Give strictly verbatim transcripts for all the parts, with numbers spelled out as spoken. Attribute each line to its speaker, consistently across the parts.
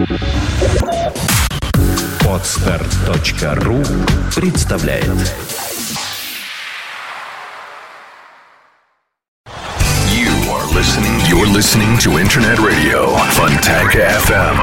Speaker 1: Подстер точка ру представляет.
Speaker 2: You are listening. You're listening to Internet Radio Fontanka эф эм.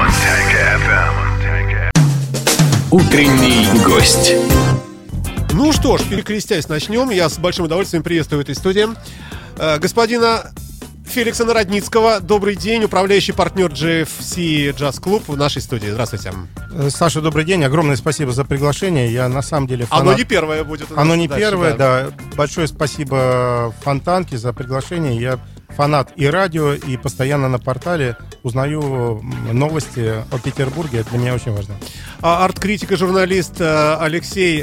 Speaker 2: Утренний гость.
Speaker 3: Ну что ж, перекрестясь, начнем. Я с большим удовольствием приветствую в этой студии э, господина Феликса Народницкого. Добрый день, управляющий партнер джи эф си Jazz Club в нашей студии. Здравствуйте.
Speaker 4: Саша, добрый день. Огромное спасибо за приглашение. Я на самом деле фанат.
Speaker 3: Оно не первое будет у нас.
Speaker 4: Оно не
Speaker 3: дальше,
Speaker 4: первое,
Speaker 3: да.
Speaker 4: да. Большое спасибо Фонтанке за приглашение. Я фанат и радио, и постоянно на портале узнаю новости о Петербурге. Это для меня очень важно.
Speaker 3: А, арт-критик и журналист а, Алексей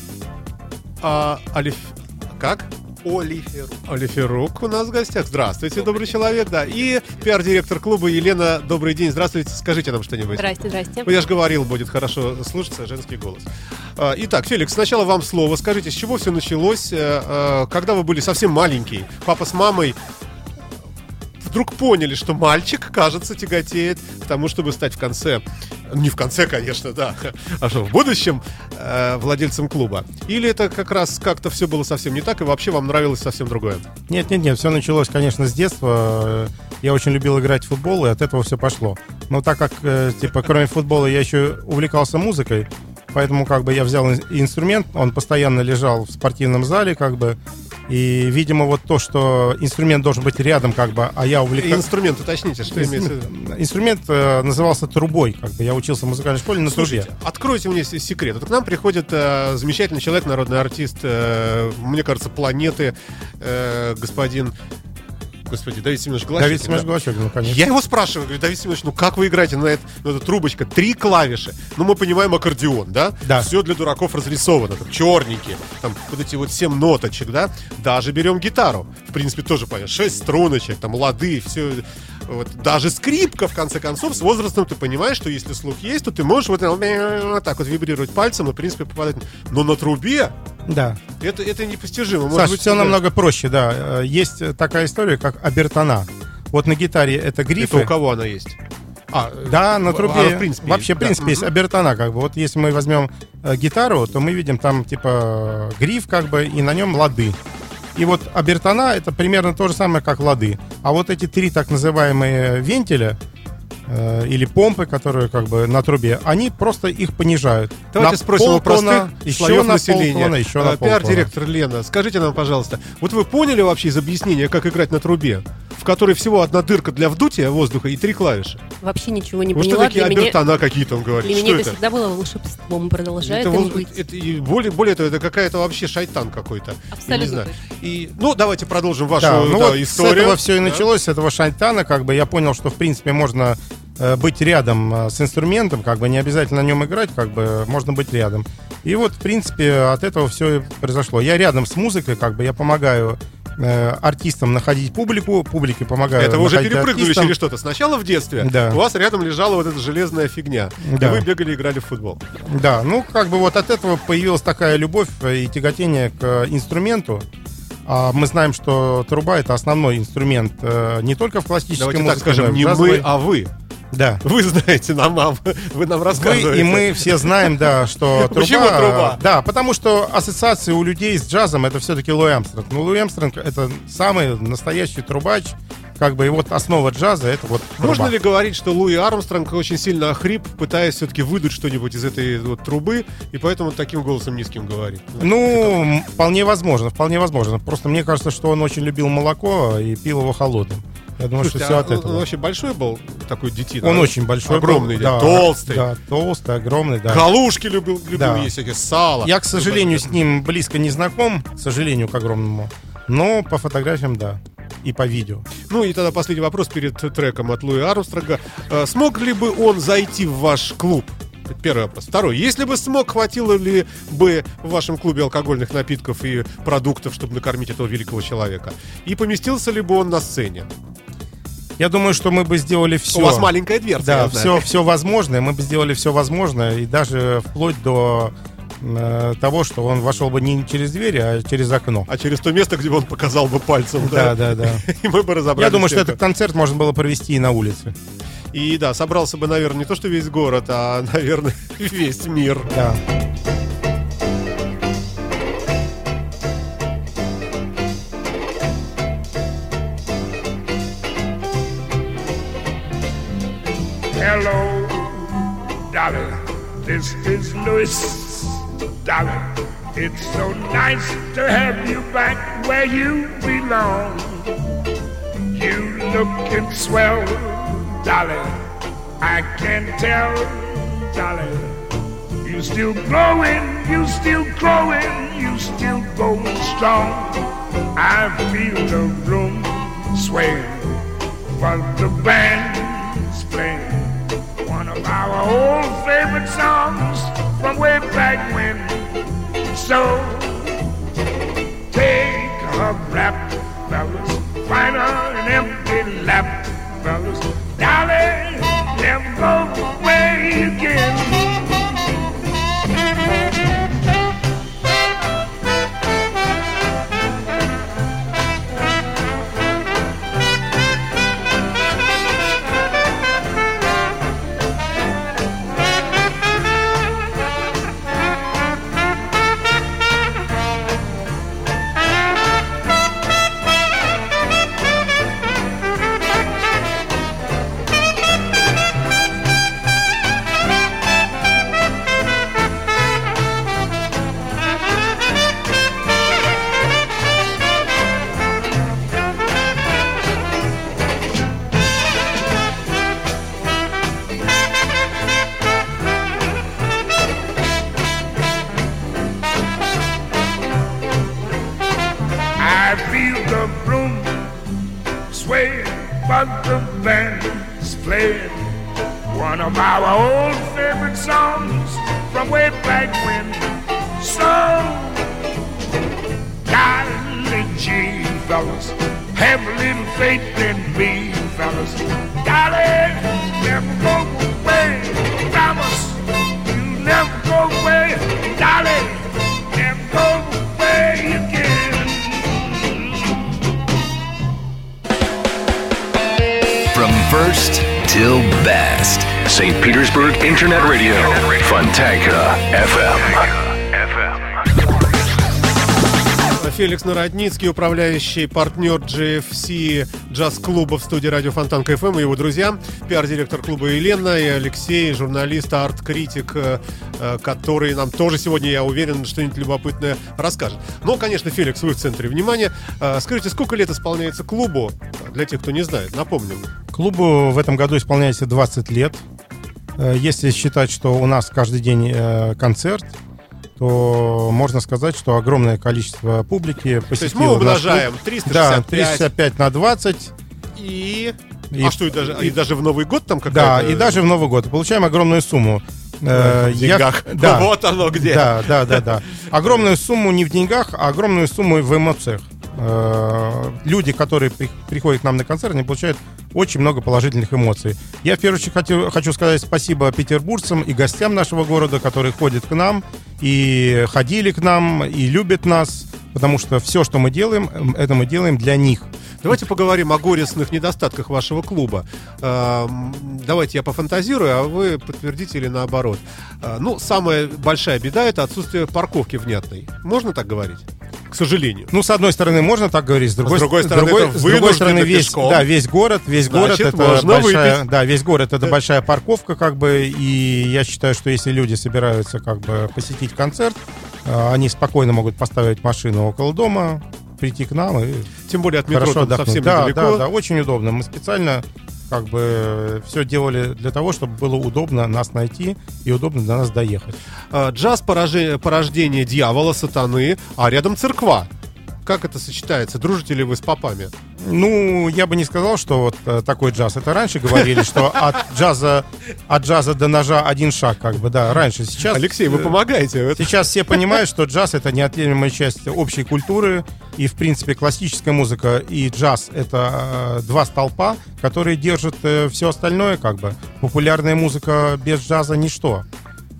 Speaker 3: а, Алиф... Как? Олиферук. Олиферук у нас в гостях. Здравствуйте, добрый, добрый человек, да. И пиар-директор клуба Елена. Добрый день, здравствуйте. Скажите нам что-нибудь.
Speaker 5: Здрасте, здрасте.
Speaker 3: Я же говорил, будет хорошо слушаться женский голос. Итак, Феликс, сначала вам слово. Скажите, с чего все началось? Когда вы были совсем маленький, папа с мамой вдруг поняли, что мальчик, кажется, тяготеет к тому, чтобы стать в конце, не в конце, конечно, да, а что, в будущем э, владельцем клуба? Или это как раз как-то все было совсем не так, и вообще вам нравилось совсем другое?
Speaker 4: Нет, нет, нет, все началось, конечно, с детства. Я очень любил играть в футбол, и от этого все пошло. Но так как, э, типа, кроме футбола я еще увлекался музыкой, поэтому, как бы, я взял инструмент, он постоянно лежал в спортивном зале, как бы, и, видимо, вот то, что инструмент должен быть рядом, как бы, а я увлекался...
Speaker 3: Инструмент, уточните, что имеется в виду?
Speaker 4: Инструмент э, назывался трубой, как бы, я учился в музыкальной школе на
Speaker 3: Слушайте,
Speaker 4: трубе.
Speaker 3: Откройте мне секрет. Вот к нам приходит э, замечательный человек, народный артист, э, мне кажется, планеты, э, господин... Господи, Давид Семенович Глащекин.
Speaker 4: Давид Семенович
Speaker 3: да.
Speaker 4: Глащекин, ну, конечно.
Speaker 3: Я его спрашиваю, говорю, Давид Семенович, ну как вы играете на это, ну, эта трубочка, три клавиши. Ну мы понимаем аккордеон, да?
Speaker 4: Да.
Speaker 3: Все для дураков разрисовано, там, черненькие, там вот эти вот семь ноточек, да? Даже берем гитару, в принципе, тоже понятно, шесть струночек, там, лады, все. Вот. Даже скрипка, в конце концов, с возрастом ты понимаешь, что если слух есть, то ты можешь вот, вот так вот вибрировать пальцем и, в принципе, попадать. Но на трубе
Speaker 4: да.
Speaker 3: это, это непостижимо. Может
Speaker 4: Саш,
Speaker 3: быть,
Speaker 4: все
Speaker 3: это...
Speaker 4: намного проще, да. Есть такая история, как обертона. Вот на гитаре это грифы.
Speaker 3: Это у кого она есть? А,
Speaker 4: да, на трубе.
Speaker 3: А, в принципе,
Speaker 4: вообще, в принципе, да. Есть обертона, как бы. Вот если мы возьмем э, гитару, то мы видим там, типа, гриф, как бы, и на нем лады. И вот обертона — это примерно то же самое, как лады. А вот эти три так называемые вентиля э, или помпы, которые как бы на трубе, они просто их понижают.
Speaker 3: Давайте
Speaker 4: на
Speaker 3: спросим у простых слоев
Speaker 4: на
Speaker 3: населения.
Speaker 4: Полтона, еще на
Speaker 3: пиар-директор Лена, скажите нам, пожалуйста, вот вы поняли вообще из объяснения, как играть на трубе, в которой всего одна дырка для вдутия воздуха и три клавиши?
Speaker 5: Вообще ничего не
Speaker 3: вот
Speaker 5: поняла.
Speaker 3: Что такие
Speaker 5: для
Speaker 3: обертона
Speaker 5: меня...
Speaker 3: какие-то, он говорит?
Speaker 5: Для
Speaker 3: что
Speaker 5: меня
Speaker 3: это?
Speaker 5: это всегда было волшебством, продолжает
Speaker 3: это,
Speaker 5: им быть.
Speaker 3: Это, и более, более того, это какая-то вообще шайтан какой-то.
Speaker 5: Абсолютно.
Speaker 3: Я не знаю. И, ну, давайте продолжим вашу
Speaker 4: да, ну
Speaker 3: да,
Speaker 4: вот
Speaker 3: историю.
Speaker 4: С этого все и
Speaker 3: да?
Speaker 4: началось, с этого шайтана, как бы я понял, что в принципе можно э, быть рядом э, с инструментом, как бы не обязательно на нем играть, как бы можно быть рядом. И вот, в принципе, от этого все и произошло. Я рядом с музыкой, как бы я помогаю э, артистам находить публику, публике помогаю.
Speaker 3: Это вы уже
Speaker 4: находить
Speaker 3: перепрыгнули
Speaker 4: артистам.
Speaker 3: через что-то. Сначала в детстве
Speaker 4: да.
Speaker 3: у вас рядом лежала вот эта железная фигня,
Speaker 4: да.
Speaker 3: и вы бегали и играли в футбол.
Speaker 4: Да, ну как бы вот от этого появилась такая любовь и тяготение к инструменту. А мы знаем, что труба — это основной инструмент э, не только в классической
Speaker 3: Давайте
Speaker 4: музыке,
Speaker 3: так скажем, не мы, а вы.
Speaker 4: Да.
Speaker 3: Вы знаете нам, а вы нам рассказываете.
Speaker 4: Вы и мы все знаем, да, что труба...
Speaker 3: Почему труба?
Speaker 4: Да, потому что ассоциации у людей с джазом — это все-таки Луи Армстронг. Ну, Луи Армстронг — это самый настоящий трубач. Как бы и вот основа джаза — это вот труба.
Speaker 3: Можно ли говорить, что Луи Армстронг очень сильно охрип, пытаясь все-таки выдуть что-нибудь из этой вот трубы, и поэтому таким голосом низким говорит?
Speaker 4: Ну, вполне возможно, вполне возможно. Просто мне кажется, что он очень любил молоко и пил его холодным. Я думаю,
Speaker 3: Слушайте,
Speaker 4: что все
Speaker 3: а
Speaker 4: от этого.
Speaker 3: Он вообще большой был, такой детина?
Speaker 4: Он
Speaker 3: да?
Speaker 4: очень большой
Speaker 3: огромный,
Speaker 4: был,
Speaker 3: да,
Speaker 4: да,
Speaker 3: толстый.
Speaker 4: Да, толстый, огромный, да.
Speaker 3: Галушки любил, любил
Speaker 4: да.
Speaker 3: есть, всякие сало.
Speaker 4: Я, к сожалению, с ним близко не знаком, к сожалению, к огромному. Но по фотографиям, да. И по видео.
Speaker 3: Ну и тогда последний вопрос перед треком от Луи Армстронга. Смог ли бы он зайти в ваш клуб? Первый вопрос. Второй. Если бы смог, хватило ли бы в вашем клубе алкогольных напитков и продуктов, чтобы накормить этого великого человека? И поместился ли бы он на сцене?
Speaker 4: Я думаю, что мы бы сделали все.
Speaker 3: У вас маленькая дверца.
Speaker 4: Да, все, все возможное. Мы бы сделали все возможное. И даже вплоть до э, того, что он вошел бы не через дверь, а через окно.
Speaker 3: А через то место, где он показал бы пальцем.
Speaker 4: Да, да, да.
Speaker 3: И мы бы разобрались.
Speaker 4: Я думаю, что этот концерт можно было провести и на улице.
Speaker 3: И да, собрался бы, наверное, не то что весь город, а, наверное, весь мир.
Speaker 4: Да.
Speaker 6: Hello, Dolly, this is Louis. Dolly, it's so nice to have you back where you belong. You lookin' swell, Dolly, I can tell, Dolly. You still glowing, you still growing, you still going strong. I feel the room sway while the band's playing one of our old favorite songs from way back when. So take a rap, fellas, find her an empty lap, fellas. Dolly, never go away again. One of our old favorite songs from way back when. So, golly gee, fellas, have a little faith in me, fellas. Golly, never go away, promise you never go away. Golly, never go away again.
Speaker 2: From first till best. Saint Petersburg Internet Radio. Fontanka эф эм.
Speaker 3: Феликс Народницкий, управляющий партнер джи эф си джаз-клуба в студии радио Фонтанка эф эм, и его друзья, пиар-директор клуба Елена и Алексей, журналист, арт-критик, который нам тоже сегодня, я уверен, что-нибудь любопытное расскажет. Но, конечно, Феликс, вы в центре внимания. Скажите, сколько лет исполняется клубу? Для тех, кто не знает, напомним.
Speaker 4: Клубу в этом году исполняется двадцать лет. Если считать, что у нас каждый день концерт, то можно сказать, что огромное количество публики посетило.
Speaker 3: То есть мы умножаем триста шестьдесят пять.
Speaker 4: Да, триста шестьдесят пять на двадцать.
Speaker 3: И...
Speaker 4: и...
Speaker 3: А что, и даже,
Speaker 4: и...
Speaker 3: и даже в Новый год там какая-то...
Speaker 4: Да, и даже в Новый год. Получаем огромную сумму.
Speaker 3: В деньгах. Я... Да. Вот оно где.
Speaker 4: Да, да, да, да. Огромную сумму не в деньгах, а огромную сумму в эмоциях. Люди, которые при, приходят к нам на концерт, они получают очень много положительных эмоций. Я в первую очередь хочу, хочу сказать спасибо петербуржцам и гостям нашего города, которые ходят к нам и ходили к нам и любят нас, потому что все, что мы делаем, это мы делаем для них.
Speaker 3: Давайте поговорим о горестных недостатках вашего клуба. Давайте я пофантазирую, а вы подтвердите или наоборот. Ну, самая большая беда — это отсутствие парковки внятной. Можно так говорить? К сожалению.
Speaker 4: Ну, с одной стороны, можно так говорить, с другой,
Speaker 3: а с другой стороны,
Speaker 4: другой, с другой стороны весь, да, весь город, весь
Speaker 3: Значит,
Speaker 4: город это большая,
Speaker 3: выпить.
Speaker 4: да, весь город это большая парковка, как бы, и я считаю, что если люди собираются, как бы, посетить концерт, они спокойно могут поставить машину около дома, прийти к нам и
Speaker 3: тем более от метро там совсем
Speaker 4: да,
Speaker 3: недалеко.
Speaker 4: Да, да, очень удобно. Мы специально как бы все делали для того, чтобы было удобно нас найти и удобно до нас доехать.
Speaker 3: А, джаз порождение, порождение дьявола, сатаны, а рядом церква. Как это сочетается? Дружите ли вы с попами?
Speaker 4: Ну, я бы не сказал, что вот э, такой джаз. Это раньше говорили, что от джаза, от джаза до ножа один шаг, как бы, да, раньше. Сейчас,
Speaker 3: Алексей, вы помогаете.
Speaker 4: Сейчас все понимают, что джаз — это неотъемлемая часть общей культуры, и, в принципе, классическая музыка и джаз — это э, два столпа, которые держат э, все остальное, как бы. Популярная музыка без джаза — ничто.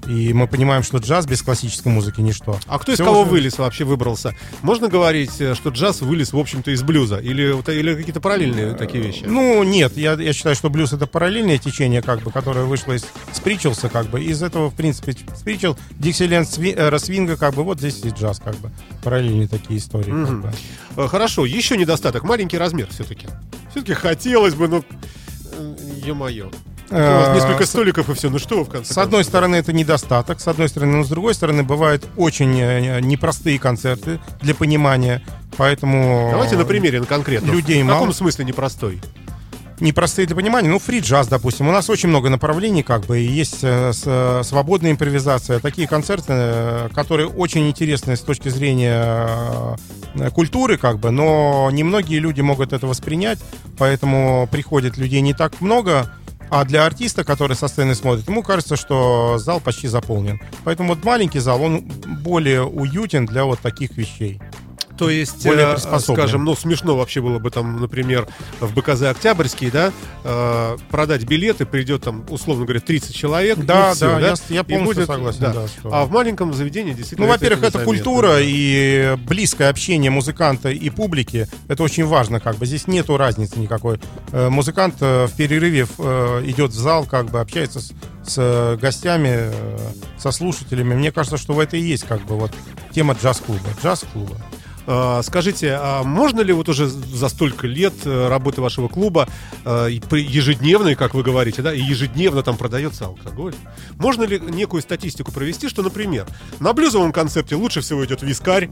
Speaker 4: И мы понимаем, что джаз без классической музыки ничто.
Speaker 3: А кто из
Speaker 4: Всё
Speaker 3: кого
Speaker 4: уже-
Speaker 3: вылез вообще выбрался? Можно говорить, э, что джаз вылез, в общем-то, из блюза? Или, вот- или какие-то параллельные такие вещи?
Speaker 4: Ну, нет, я, я считаю, что блюз — это параллельное течение, как бы, которое вышло из спричелса, как бы. Из этого, в принципе, спричел, Диксиленд, сви- э, свинга, как бы, вот здесь и джаз, как бы. Параллельные такие истории, как
Speaker 3: Мгм.
Speaker 4: бы.
Speaker 3: Э, Хорошо, еще недостаток. Маленький размер все-таки. Все-таки хотелось бы, ну... э, Ё-моё. У вас
Speaker 4: Э,
Speaker 3: несколько
Speaker 4: с-
Speaker 3: столиков и все. Ну что вы в конце
Speaker 4: С одной
Speaker 3: концов?
Speaker 4: стороны, это недостаток, с одной стороны, но с другой стороны, бывают очень э, непростые концерты для понимания, поэтому...
Speaker 3: Давайте на примере, на конкретном.
Speaker 4: людей
Speaker 3: В каком
Speaker 4: мало.
Speaker 3: смысле непростой?
Speaker 4: Непростые для понимания, ну, фри-джаз, допустим. У нас очень много направлений, как бы, и есть э, с- э, свободная импровизация. Такие концерты, э, которые очень интересны с точки зрения э, культуры, как бы, но немногие люди могут это воспринять, поэтому приходит людей не так много. А для артиста, который со сцены смотрит, ему кажется, что зал почти заполнен. Поэтому вот маленький зал, он более уютен для вот таких вещей.
Speaker 3: То есть,
Speaker 4: Более
Speaker 3: э,
Speaker 4: приспособлен.
Speaker 3: скажем, ну, смешно вообще было бы там, например, в БКЗ «Октябрьский», да, э, продать билеты, придет там, условно говоря, тридцать человек,
Speaker 4: Да,
Speaker 3: и всё,
Speaker 4: да,
Speaker 3: да?
Speaker 4: я с- я
Speaker 3: И
Speaker 4: полностью
Speaker 3: будет-
Speaker 4: согласен, да, что-
Speaker 3: А в маленьком заведении действительно...
Speaker 4: Ну, во-первых, это
Speaker 3: незаметно.
Speaker 4: культура и близкое общение музыканта и публики. Это очень важно, как бы. Здесь нету разницы никакой. Э, Музыкант э, в перерыве э, идет в зал, как бы общается с, с гостями, э, со слушателями. Мне кажется, что в этом и есть, как бы, вот тема джаз-клуба. Джаз-клуба.
Speaker 3: А, Скажите, а можно ли вот уже за столько лет э, работы вашего клуба э, и при- ежедневной, как вы говорите, да, и ежедневно там продается алкоголь, можно ли некую статистику провести, что, например, на блюзовом концерте лучше всего идет вискарь,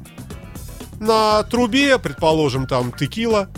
Speaker 3: на трубе, предположим, там текила,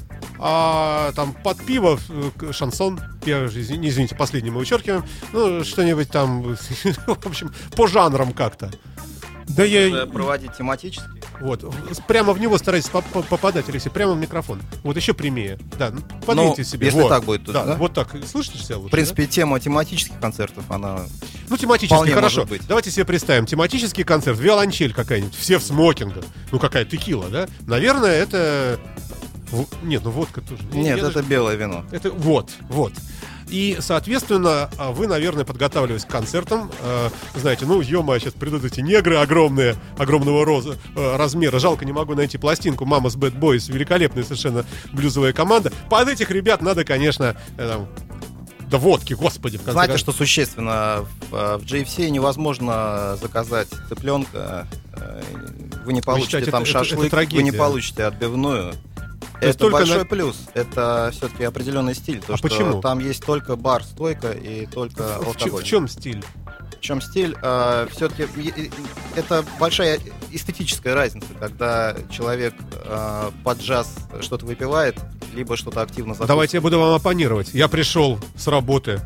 Speaker 3: а там под пиво э, к- шансон, я, уже, извини- извините, последний мы вычеркиваем, ну, что-нибудь там, в общем, по жанрам как-то.
Speaker 4: Да я...
Speaker 7: Надо проводить тематически.
Speaker 3: Вот, в- прямо в него старайтесь поп- поп- попадать, Алексей, прямо в микрофон. Вот еще прямее. Да, ну, подвиньте
Speaker 7: Ну,
Speaker 3: себе.
Speaker 7: если
Speaker 3: вот.
Speaker 7: так будет, то
Speaker 3: да,
Speaker 7: да?
Speaker 3: вот так. Слышите себя лучше?
Speaker 7: В принципе, тема тематических концертов, она...
Speaker 3: да? Ну, тематический,
Speaker 7: вполне
Speaker 3: хорошо.
Speaker 7: может быть.
Speaker 3: Давайте себе представим. Тематический концерт, виолончель какая-нибудь, все в смокингах. Ну, какая текила, да? Наверное, это... в- Нет, ну водка тоже. Я-
Speaker 7: Нет,
Speaker 3: я
Speaker 7: это
Speaker 3: даже-
Speaker 7: белое вино.
Speaker 3: Это вот, вот. И, соответственно, а, вы, наверное, подготавливаясь к концертам, э, знаете, ну, ё-моё, сейчас придут эти негры огромные, огромного роза, э, размера. Жалко, не могу найти пластинку. Мама с Bad Boys, великолепная совершенно блюзовая команда. Под этих ребят надо, конечно, э, там, да водки, господи, в конце
Speaker 7: Знаете,
Speaker 3: концов.
Speaker 7: что существенно? В, в джей эф си невозможно заказать цыпленка. э, Вы не получите
Speaker 3: считаете,
Speaker 7: там
Speaker 3: это- это- это
Speaker 7: шашлык, вы
Speaker 3: трагедия?
Speaker 7: не получите отбивную.
Speaker 3: есть
Speaker 7: Это
Speaker 3: только
Speaker 7: большой
Speaker 3: на-
Speaker 7: плюс. Это все-таки определенный стиль. То,
Speaker 3: А
Speaker 7: что
Speaker 3: почему?
Speaker 7: там есть только бар, стойка и только
Speaker 3: В, чё-
Speaker 7: алкоголь.
Speaker 3: в чем стиль?
Speaker 7: В чем стиль? Все-таки это большая эстетическая разница, когда человек э, под джаз что-то выпивает, либо что-то активно закусывает.
Speaker 3: Давайте я буду вам оппонировать. Я пришел с работы,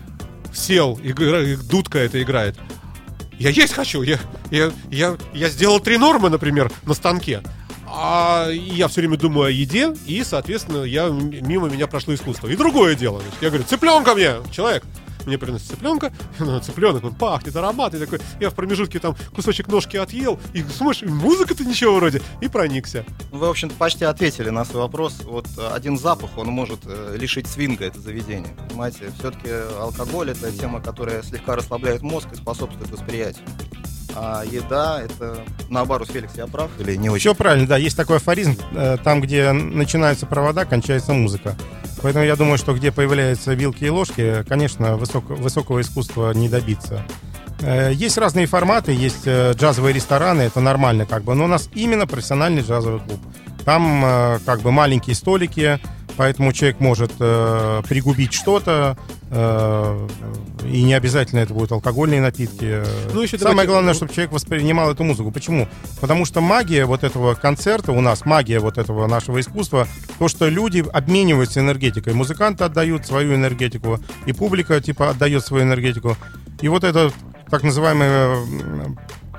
Speaker 3: сел, игра- и дудка это играет. Я есть хочу. Я, я, я, я сделал три нормы, например, на станке. А я все время думаю о еде, и, соответственно, я, м- мимо меня прошло искусство. И другое дело. Значит, я говорю, цыпленка мне, человек. Мне приносит цыпленка, цыпленок, он пахнет, ароматный такой. Я в промежутке там кусочек ножки отъел, и смотришь, и музыка-то ничего вроде, и проникся.
Speaker 7: Вы, в общем-то, почти ответили на свой вопрос. Вот э, один запах, он может э, лишить свинга это заведение. Понимаете, все-таки алкоголь — это тема, которая слегка расслабляет мозг и способствует восприятию. А еда — это, наоборот, Феликс, я прав или не очень?
Speaker 4: Все правильно, да. Есть такой афоризм, э, там, где начинаются провода, кончается музыка. Поэтому я думаю, что где появляются вилки и ложки, конечно, высоко- высокого искусства не добиться. Э, Есть разные форматы, есть э, джазовые рестораны, это нормально, как бы, но у нас именно профессиональный джазовый клуб. Там э, как бы маленькие столики, поэтому человек может э, пригубить что-то, э, и не обязательно это будут алкогольные напитки.
Speaker 3: Ну, еще
Speaker 4: Самое
Speaker 3: давайте-
Speaker 4: главное, чтобы человек воспринимал эту музыку. Почему? Потому что магия вот этого концерта у нас, магия вот этого нашего искусства, то, что люди обмениваются энергетикой. Музыканты отдают свою энергетику, и публика типа отдает свою энергетику. И вот это так называемый э,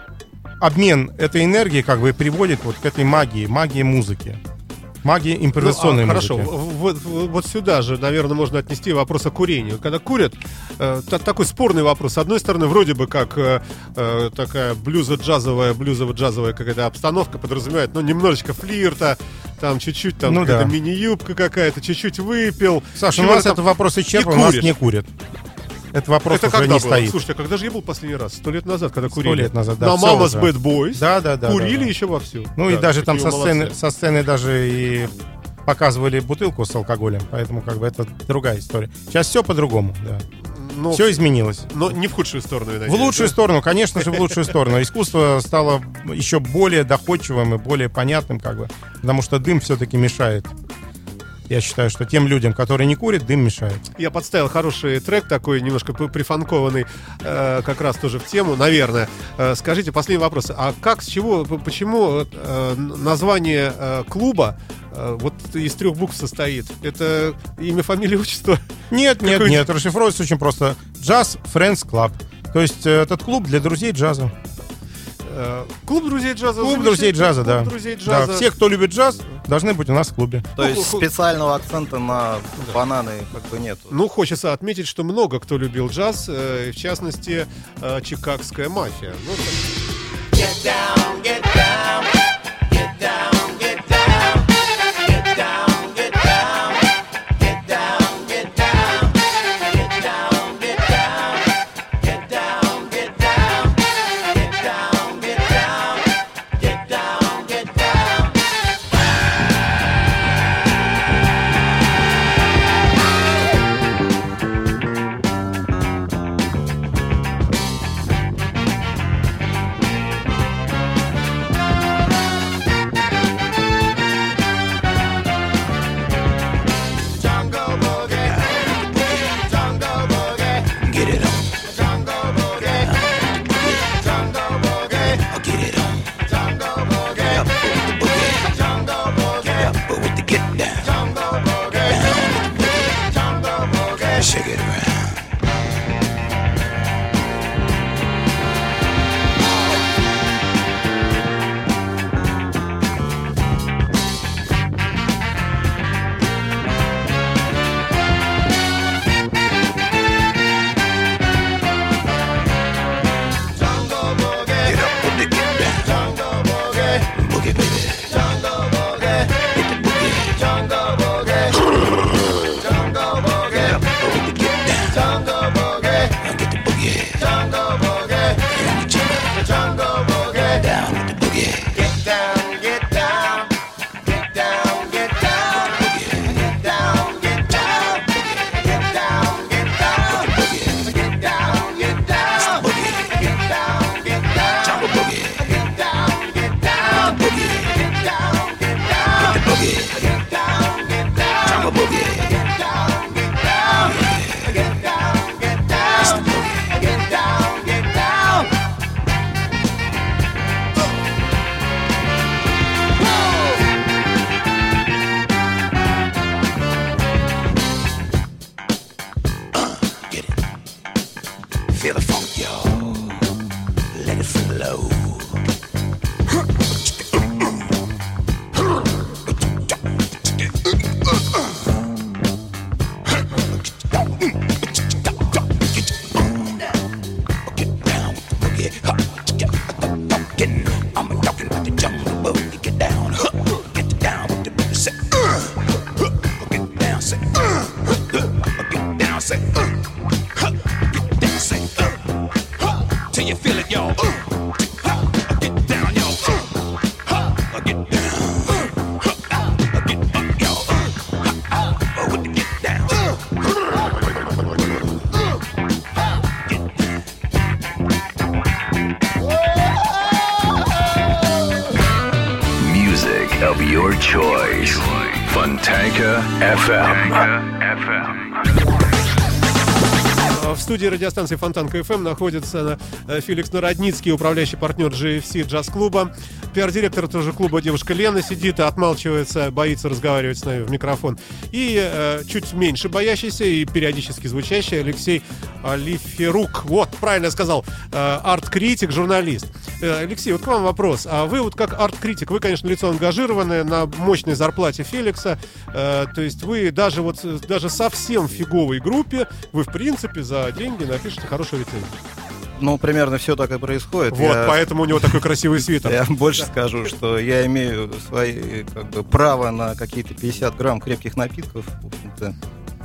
Speaker 4: обмен этой энергией как бы приводит вот к этой магии, магии музыки. Магия импровизационной
Speaker 3: Ну, а,
Speaker 4: музыки.
Speaker 3: Хорошо, вот, вот- вот сюда же, наверное, можно отнести вопрос о курении. Вот когда курят, э, та- такой спорный вопрос. С одной стороны, вроде бы как э, э, такая блюзо-джазовая, блюзово-джазовая какая-то обстановка подразумевает, ну, немножечко флирта, там чуть-чуть, там
Speaker 4: Ну
Speaker 3: какая-то
Speaker 4: да.
Speaker 3: мини-юбка какая-то, чуть-чуть выпил.
Speaker 4: Саша, у
Speaker 3: чего-то
Speaker 4: нас
Speaker 3: там,
Speaker 4: этот вопрос
Speaker 3: и
Speaker 4: исчерпан, у нас
Speaker 3: куришь.
Speaker 4: не курят. этот вопрос
Speaker 3: Это
Speaker 4: уже
Speaker 3: когда
Speaker 4: не
Speaker 3: было?
Speaker 4: стоит.
Speaker 3: Слушайте, а когда же я был последний раз? Сто лет назад, когда курили?
Speaker 4: Сто лет назад, да.
Speaker 3: На
Speaker 4: всё
Speaker 3: Mama's
Speaker 4: уже.
Speaker 3: Bad Boys.
Speaker 4: Да, да, да.
Speaker 3: Курили
Speaker 4: да, да.
Speaker 3: еще вовсю.
Speaker 4: Ну и
Speaker 3: Да,
Speaker 4: даже там
Speaker 3: такие
Speaker 4: со
Speaker 3: вы
Speaker 4: сцены,
Speaker 3: молодцы.
Speaker 4: со сцены даже и показывали бутылку с алкоголем, поэтому как бы это другая история. Сейчас все по-другому, да.
Speaker 3: Но,
Speaker 4: Все изменилось.
Speaker 3: но не в худшую сторону, я
Speaker 4: В
Speaker 3: надеюсь,
Speaker 4: лучшую
Speaker 3: да?
Speaker 4: сторону, конечно же, в лучшую сторону. Искусство стало еще более доходчивым и более понятным, как бы, потому что дым все-таки мешает. Я считаю, что тем людям, которые не курят, дым мешает.
Speaker 3: Я подставил хороший трек такой, немножко п- прифанкованный, э, как раз тоже в тему, наверное. Э, скажите, последний вопрос. А как, с чего, п- почему э, название э, клуба э, вот из трех букв состоит? Это имя, фамилия, отчество?
Speaker 4: Нет, нет,
Speaker 3: Какой-
Speaker 4: нет, расшифровывается очень просто. Jazz Friends Club. То есть э, этот клуб для друзей джаза.
Speaker 3: Э, клуб друзей джаза.
Speaker 4: Клуб
Speaker 3: звучит,
Speaker 4: друзей джаза,
Speaker 3: клуб
Speaker 4: да.
Speaker 3: друзей джаза.
Speaker 4: Да, все, кто любит джаз, должны быть у нас в клубе.
Speaker 7: То есть специального акцента на бананы как бы нету.
Speaker 3: Ну, хочется отметить, что много кто любил джаз, э, в частности, э, чикагская мафия. Ну, так.
Speaker 2: Of your choice. Fontanka эф эм.
Speaker 3: В студии радиостанции Фонтанка эф эм находится Феликс Народницкий, управляющий партнер джи эф си джаз-клуба. Пиар-директор тоже клуба девушка Лена сидит и отмалчивается, боится разговаривать с нами в микрофон. И э, чуть меньше боящийся и периодически звучащий Алексей Алиферук. Вот, правильно я сказал, э, арт-критик, журналист. Э, Алексей, вот к вам вопрос. А вы вот как арт-критик, вы, конечно, лицо ангажированное на мощной зарплате Феликса. Э, то есть вы даже вот даже совсем фиговой группе, вы, в принципе, за деньги напишите хорошую рецензию.
Speaker 7: Ну, примерно все так и происходит.
Speaker 3: Вот,
Speaker 7: я,
Speaker 3: поэтому у него такой красивый свитер.
Speaker 7: Я больше скажу, что я имею свои, как бы, право на какие-то пятьдесят грамм крепких напитков. В общем-то.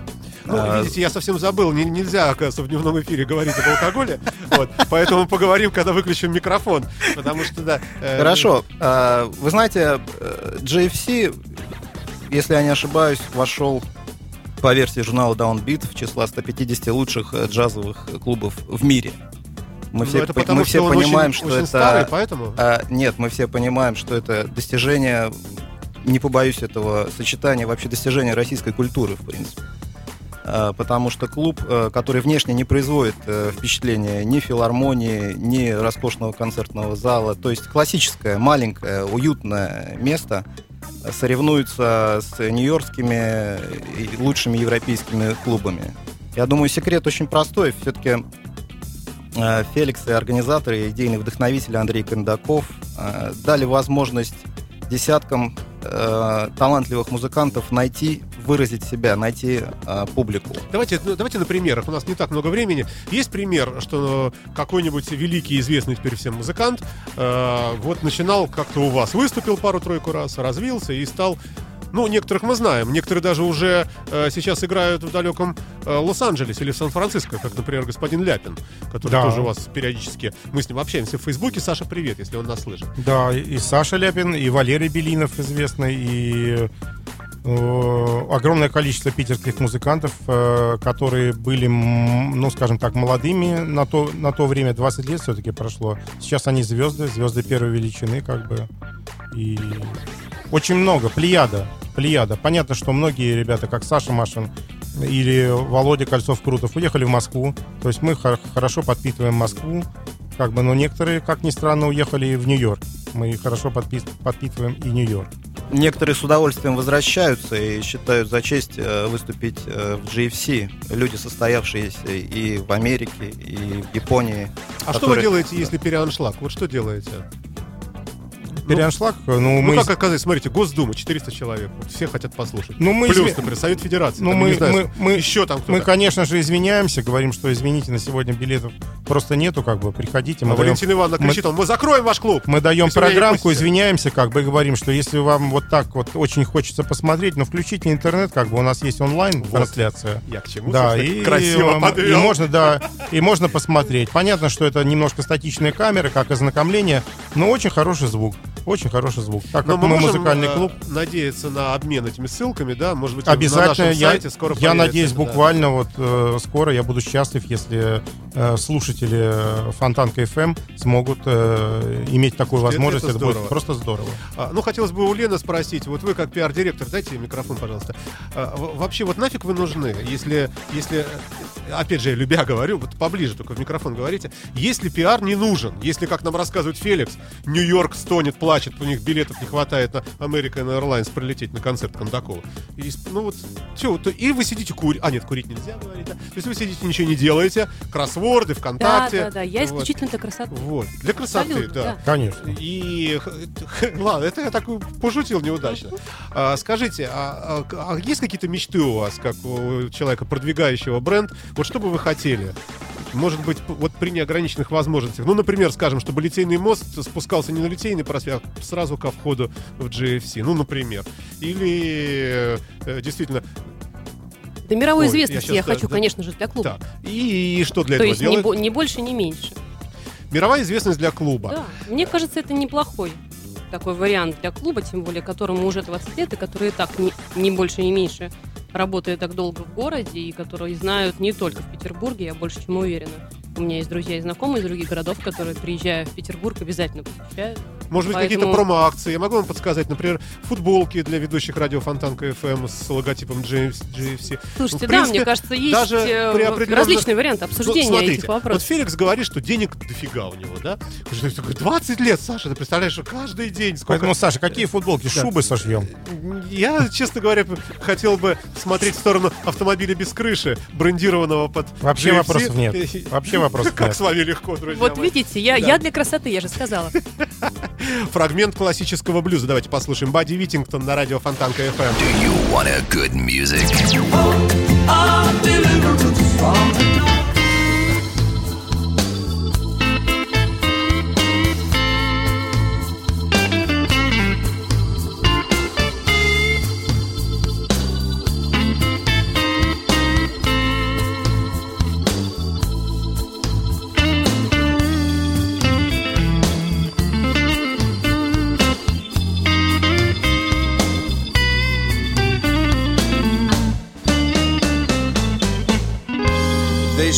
Speaker 3: Ну,
Speaker 7: А,
Speaker 3: видите, я совсем забыл, не- нельзя, оказывается, в дневном эфире говорить об алкоголе, вот, поэтому поговорим, когда выключим микрофон, потому что, да... э,
Speaker 7: Хорошо. А, Вы знаете, э, джей эф си, если я не ошибаюсь, вошел по версии журнала Downbeat в число ста пятидесяти лучших э, джазовых клубов в мире. Мы
Speaker 3: ну,
Speaker 7: все,
Speaker 3: это
Speaker 7: по-
Speaker 3: потому,
Speaker 7: мы все
Speaker 3: что он
Speaker 7: понимаем,
Speaker 3: очень,
Speaker 7: что
Speaker 3: очень
Speaker 7: это...
Speaker 3: старый, поэтому...
Speaker 7: А, нет, мы все понимаем, что это достижение, не побоюсь этого сочетания, вообще достижение российской культуры, в принципе. А, потому что клуб, э, который внешне не производит э, впечатления ни филармонии, ни роскошного концертного зала, то есть классическое, маленькое, уютное место, э, соревнуется с нью-йоркскими и лучшими европейскими клубами. Я думаю, секрет очень простой. Все-таки э, Феликс и организаторы, идейные вдохновители Андрей Кондаков э, дали возможность десяткам э, талантливых музыкантов найти, выразить себя, найти э, публику.
Speaker 3: Давайте, ну, давайте на примерах, у нас не так много времени. Есть пример, что какой-нибудь великий, известный теперь всем музыкант э, вот начинал как-то у вас, выступил пару-тройку раз, развился и стал... Ну, некоторых мы знаем, некоторые даже уже э, сейчас играют в далеком э, Лос-Анджелесе или в Сан-Франциско, как, например, господин Ляпин, который
Speaker 4: Да.
Speaker 3: тоже у вас периодически... Мы с ним общаемся в Фейсбуке. Саша, привет, если он нас слышит.
Speaker 4: Да, и Саша Ляпин, и Валерий Белинов известный, и э, огромное количество питерских музыкантов, э, которые были, м, ну, скажем так, молодыми на то, на то время, двадцать лет все-таки прошло. Сейчас они звезды, звезды первой величины, как бы. И очень много, плеяда, плеяда. Понятно, что многие ребята, как Саша Машин или Володя Кольцов-Крутов, уехали в Москву. То есть мы хор- хорошо подпитываем Москву, как бы, но некоторые, как ни странно, уехали в Нью-Йорк. Мы хорошо подпи- подпитываем и Нью-Йорк.
Speaker 7: Некоторые с удовольствием возвращаются и считают за честь э, выступить э, в джей эф си. Люди, состоявшиеся и в Америке, и в Японии.
Speaker 3: А что вы
Speaker 7: которые-
Speaker 3: делаете, если переаншлаг? Вот что делаете?
Speaker 4: Переаншлаг, ну,
Speaker 3: Ну,
Speaker 4: мы...
Speaker 3: как оказалось, смотрите, Госдума, четыреста человек, вот все хотят послушать.
Speaker 4: Ну, мы
Speaker 3: Плюс,
Speaker 4: изме-
Speaker 3: например, Совет Федерации,
Speaker 4: Ну,
Speaker 3: там,
Speaker 4: мы,
Speaker 3: не знаю,
Speaker 4: мы, мы,
Speaker 3: еще там кто-то.
Speaker 4: мы, конечно же, извиняемся, говорим, что, извините, на сегодня билетов просто нету, как бы, приходите. Мы
Speaker 3: А
Speaker 4: даем,
Speaker 3: Валентина Ивановна
Speaker 4: мы-
Speaker 3: кричит, он, мы закроем ваш клуб.
Speaker 4: мы даем
Speaker 3: Если вы не
Speaker 4: программку,
Speaker 3: пустите.
Speaker 4: извиняемся, как бы, и говорим, что если вам вот так вот очень хочется посмотреть, ну, включите интернет, как бы, у нас есть онлайн-трансляция.
Speaker 3: Я к чему,
Speaker 4: Да,
Speaker 3: собственно,
Speaker 4: и,
Speaker 3: красиво
Speaker 4: и
Speaker 3: подвел.
Speaker 4: можно, да, и можно посмотреть. Понятно, что это немножко статичные камеры, как ознакомление, но очень хороший звук, очень хороший звук. Так
Speaker 3: Но
Speaker 4: как
Speaker 3: мы
Speaker 4: мы,
Speaker 3: можем
Speaker 4: музыкальный
Speaker 3: э,
Speaker 4: клуб,
Speaker 3: надеяться на обмен этими ссылками, да? Может быть, на
Speaker 4: обязательно,
Speaker 3: нашем
Speaker 4: я,
Speaker 3: сайте скоро
Speaker 4: я
Speaker 3: появится
Speaker 4: надеюсь,
Speaker 3: это, да.
Speaker 4: буквально вот э, скоро я буду счастлив, если э, слушатели э, Фонтанка эф эм смогут э, иметь такую
Speaker 3: Слушайте, это-
Speaker 4: возможность.
Speaker 3: это
Speaker 4: Это, будет
Speaker 3: здорово.
Speaker 4: просто здорово.
Speaker 3: А, ну, хотелось бы у Лены спросить, вот вы как пиар-директор, дайте микрофон, пожалуйста. А, в- вообще, вот нафиг вы нужны, если, если, э, опять же, я любя говорю, вот поближе только в микрофон говорите, если пиар не нужен, если, как нам рассказывает Феликс, Нью-Йорк стонет, плачет, у них билетов не хватает на American Airlines прилететь на концерт Кондакова. И, ну вот, все, то, и вы сидите курить, а нет, курить нельзя, говорить, да? То есть вы сидите, ничего не делаете, кроссворды,
Speaker 5: Да,
Speaker 3: ВКонтакте.
Speaker 5: да, да. Я
Speaker 3: вот.
Speaker 5: исключительно для красоты.
Speaker 3: Вот, для красоты,
Speaker 5: Абсолютно,
Speaker 3: да.
Speaker 5: да.
Speaker 4: Конечно.
Speaker 3: И ладно, это я так пошутил неудачно. А, скажите, а, а- а есть какие-то мечты у вас, как у человека, продвигающего бренд? Вот что бы вы хотели? Может быть, п- вот при неограниченных возможностях. Ну, например, скажем, чтобы Литейный мост спускался не на Литейный проспект, а сразу ко входу в джей эф си. Ну, например. Или э, действительно...
Speaker 5: До мировой
Speaker 3: Ой,
Speaker 5: известности
Speaker 3: я
Speaker 5: я,
Speaker 3: щас,
Speaker 5: хочу,
Speaker 3: да,
Speaker 5: конечно же, для клуба.
Speaker 3: Так. И, и что для
Speaker 5: То
Speaker 3: этого
Speaker 5: есть не,
Speaker 3: делать?
Speaker 5: бо- не больше, не меньше.
Speaker 3: Мировая известность для клуба.
Speaker 5: Да. Мне кажется, это неплохой такой вариант для клуба, тем более которому уже двадцать лет, и который и так не, не больше, не меньше работает так долго в городе, и которые знают не только в Петербурге, я больше чем уверена. У меня есть друзья и знакомые из других городов, которые, приезжая в Петербург, обязательно посещают.
Speaker 3: Может быть,
Speaker 5: Поэтому-
Speaker 3: какие-то промо-акции. Я могу вам подсказать, например, футболки для ведущих радио Фонтанка эф эм с логотипом джей эф си.
Speaker 5: Слушайте,
Speaker 3: Ну, в
Speaker 5: да,
Speaker 3: принципе,
Speaker 5: мне кажется, есть
Speaker 3: даже
Speaker 5: э,
Speaker 3: при определенном-
Speaker 5: различные варианты
Speaker 3: Ну,
Speaker 5: обсуждения
Speaker 3: смотрите,
Speaker 5: этих
Speaker 3: вот
Speaker 5: вопросов.
Speaker 3: Феликс говорит, что денег дофига у него, да? Что это такое, двадцать лет, Саша, ты представляешь, что каждый день сколько...
Speaker 4: Поэтому, Саша, какие футболки?
Speaker 3: Да.
Speaker 4: Шубы сошьем.
Speaker 3: Я, честно говоря, хотел бы смотреть в сторону автомобиля без крыши, брендированного под
Speaker 4: Вообще
Speaker 3: джей эф си.
Speaker 4: вопросов нет. Вообще вопросов
Speaker 3: Как
Speaker 4: нет.
Speaker 3: с вами легко, друзья
Speaker 5: Вот
Speaker 3: мои.
Speaker 5: видите, я,
Speaker 3: Да.
Speaker 5: я для красоты, я же сказала.
Speaker 3: Фрагмент классического блюза. Давайте послушаем. Бадди Витингтон на радио Фонтанка эф эм.
Speaker 2: Do you want a good music?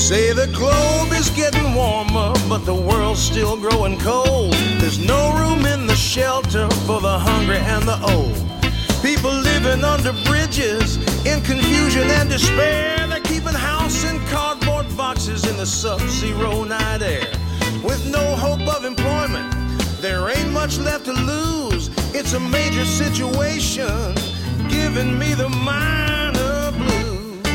Speaker 8: Say the globe is getting warmer, but the world's still growing cold. There's no room in the shelter for the hungry and the old. People living under bridges in confusion and despair. They're keeping house in cardboard boxes in the sub-zero night air. With no hope of employment, there ain't much left to lose. It's a major situation, giving me the minor blues.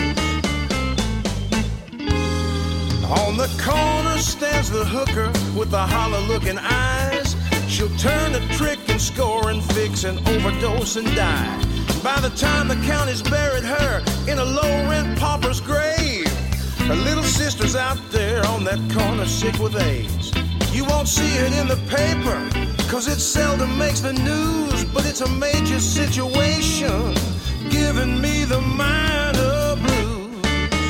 Speaker 8: On the corner stands the hooker with the hollow-looking eyes. She'll turn a trick and score and fix and overdose and die. By the time the county's buried her in a low-rent pauper's grave, her little sister's out there on that corner sick with AIDS. You won't see it in the paper, cause it seldom makes the news, but it's a major situation, giving me the minor blues.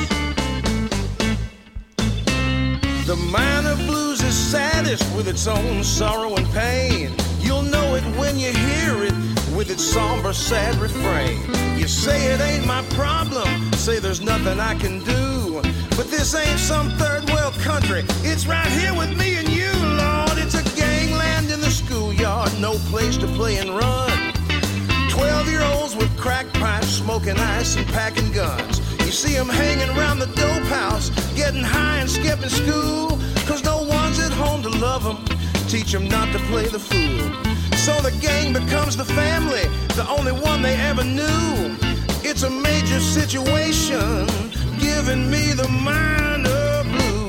Speaker 8: The minor blues is saddest with its own sorrow and pain. You'll know it when you hear it with its somber, sad refrain. You say it ain't my problem, say there's nothing I can do, but this ain't some third world country, it's right here with me and you, Lord. It's a gangland in the schoolyard, no place to play and run. Twelve-year-olds with crack pipes, smoking ice and packing guns. You see them hanging around the dope house, getting high and skipping school, cause no one's at home to love them, teach them not to play the fool. So the gang becomes the family, the only one they ever knew. It's a major situation, giving me the minor blues.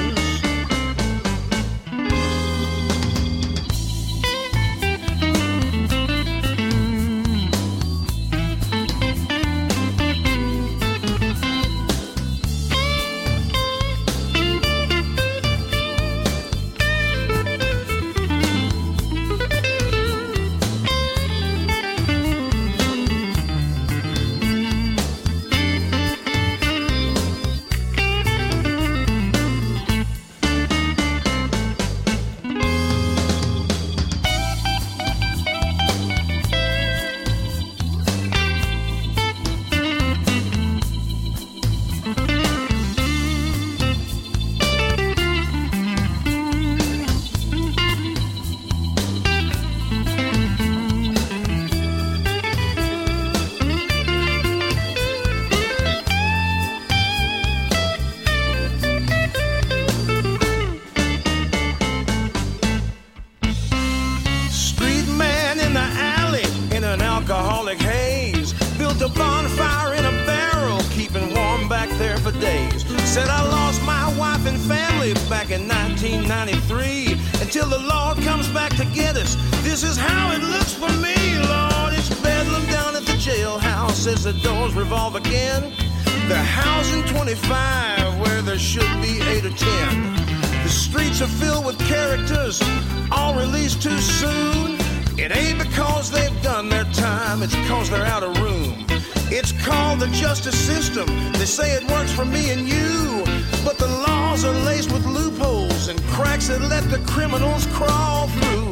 Speaker 8: Said I lost my wife and family back in nineteen ninety-three. Until the Lord comes back to get us, this is how it looks for me, Lord. It's bedlam down at the jailhouse as the doors revolve again. They're housing twenty-five where there should be eight or ten. The streets are filled with characters, all released too soon. It ain't because they've done their time, it's because they're out of room. It's called the justice system. They say it works for me and you, but the laws are laced with loopholes and cracks that let the criminals crawl through.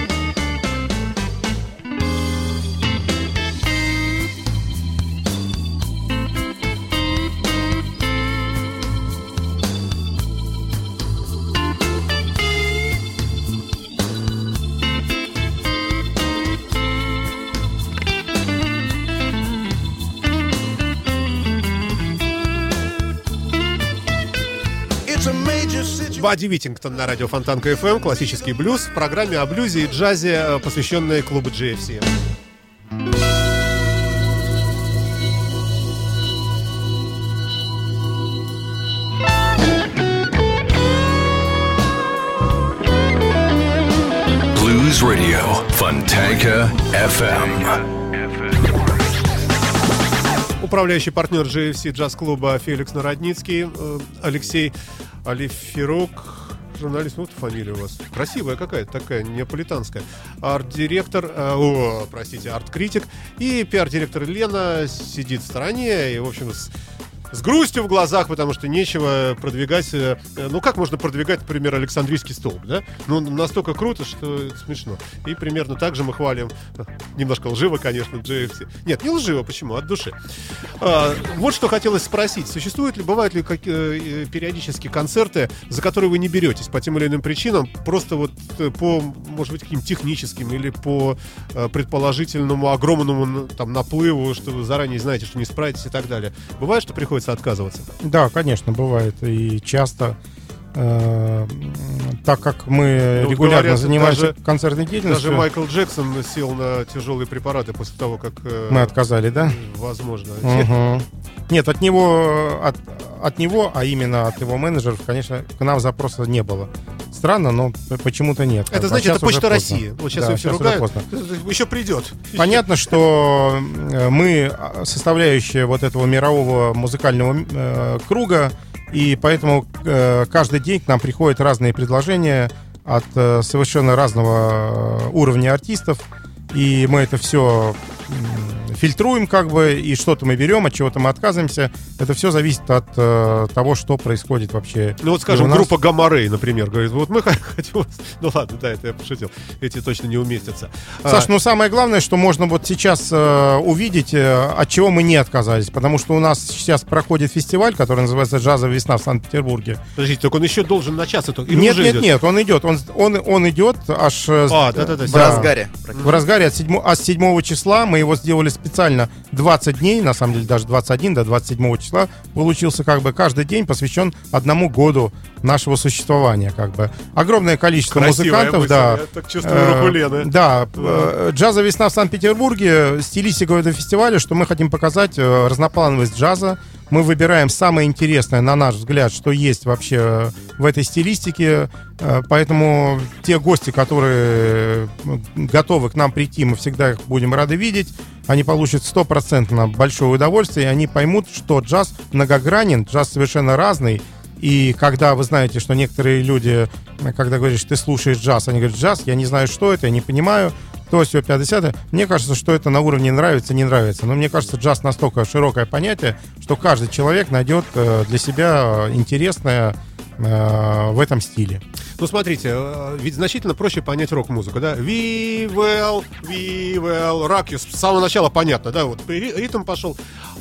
Speaker 3: Бадди Витингтон на радио Фонтанка эф эм, классический блюз в программе о блюзе и джазе, посвященной клубу джей эф си.
Speaker 2: Blues Radio, Fontanka эф эм.
Speaker 3: Управляющий партнер джей эф си джаз-клуба Феликс Народницкий, Алексей Алиферок, журналист, вот фамилия у вас красивая какая-то, такая неаполитанская, арт-директор, э, о, простите, арт-критик и пиар-директор Лена сидит в стороне и, в общем, с, с грустью в глазах, потому что нечего продвигать. э, Ну, как можно продвигать, например, Александрийский столб, да? Ну, настолько круто, что это смешно. И примерно так же мы хвалим, э, немножко лживо, конечно, джей эф си. Нет, не лживо, почему? От души. А, вот что хотелось спросить. Существуют ли, бывают ли как, э, периодически концерты, за которые вы не беретесь по тем или иным причинам, просто вот э, по, может быть, каким-то техническим или по э, предположительному огромному там наплыву, что вы заранее знаете, что не справитесь и так далее. Бывает, что приходится отказываться?
Speaker 4: Да, конечно, бывает и часто. Э, так как мы
Speaker 3: Ну,
Speaker 4: регулярно
Speaker 3: говорят,
Speaker 4: занимаемся
Speaker 3: даже-
Speaker 4: концертной деятельностью,
Speaker 3: Даже Майкл Джексон сел на тяжелые препараты после того, как... э,
Speaker 4: мы отказали, да?
Speaker 3: Возможно.
Speaker 4: Мгм. Нет, от него, от, от него, а именно от его менеджеров, конечно, к нам запроса не было. Странно, но п- почему-то нет.
Speaker 3: Это,
Speaker 4: А
Speaker 3: знаете, это
Speaker 4: щас уже
Speaker 3: Почта
Speaker 4: поздно.
Speaker 3: России. Вот сейчас
Speaker 4: Да,
Speaker 3: ее все
Speaker 4: щас уже
Speaker 3: ругают.
Speaker 4: поздно.
Speaker 3: Еще придет.
Speaker 4: Понятно, что э, мы а, составляющая вот этого мирового музыкального э, круга, и поэтому э, каждый день к нам приходят разные предложения от э, совершенно разного э, уровня артистов, и мы это все фильтруем как бы, и что-то мы берем, от чего-то мы отказываемся. Это все зависит от э, того, что происходит вообще.
Speaker 3: Ну вот,
Speaker 4: И
Speaker 3: скажем,
Speaker 4: у нас-
Speaker 3: группа Гамма-Рэй, например, говорит, вот мы хотим... Ну ладно, да, это я пошутил. Эти точно не уместятся.
Speaker 4: Саш,
Speaker 3: А,
Speaker 4: ну самое главное, что можно вот сейчас э, увидеть, э, от чего мы не отказались. Потому что у нас сейчас проходит фестиваль, который называется «Джазовая весна» в Санкт-Петербурге.
Speaker 3: Подождите, только он еще должен начаться. только- или
Speaker 4: Нет,
Speaker 3: уже
Speaker 4: нет,
Speaker 3: идет?
Speaker 4: нет, он идет. Он, он, он идет аж... э, с-
Speaker 3: А, да-да-да,
Speaker 7: В
Speaker 4: да,
Speaker 7: разгаре.
Speaker 4: В разгаре от седьмого, а с седьмого числа мы его сделали специально двадцать дней, на самом деле даже двадцать один до двадцать седьмого числа получился как бы каждый день посвящен одному году нашего существования как бы. Огромное количество
Speaker 3: Красивая
Speaker 4: музыкантов,
Speaker 3: мысль,
Speaker 4: да.
Speaker 3: я так чувствую руку
Speaker 4: Э,
Speaker 3: Лены.
Speaker 4: Да, э, «Джазовая весна» в Санкт-Петербурге, стилистика этого фестиваля, что мы хотим показать э, разноплановость джаза. Мы выбираем самое интересное, на наш взгляд, что есть вообще э, в этой стилистике. Э, Поэтому те гости, которые э, готовы к нам прийти, мы всегда их будем рады видеть. Они получат стопроцентно большое удовольствие, и они поймут, что джаз многогранен, джаз совершенно разный. И когда вы знаете, что некоторые люди, когда говоришь, ты слушаешь джаз, они говорят, джаз, я не знаю, что это, я не понимаю, то, все, пятьдесят. Мне кажется, что это на уровне нравится, не нравится. Но мне кажется, джаз настолько широкое понятие, что каждый человек найдет э, для себя интересное э, в этом стиле.
Speaker 3: Ну, смотрите, э, ведь значительно проще понять рок-музыку, да? We will, we will rock you. С самого начала понятно, да? Вот ри- ритм пошел.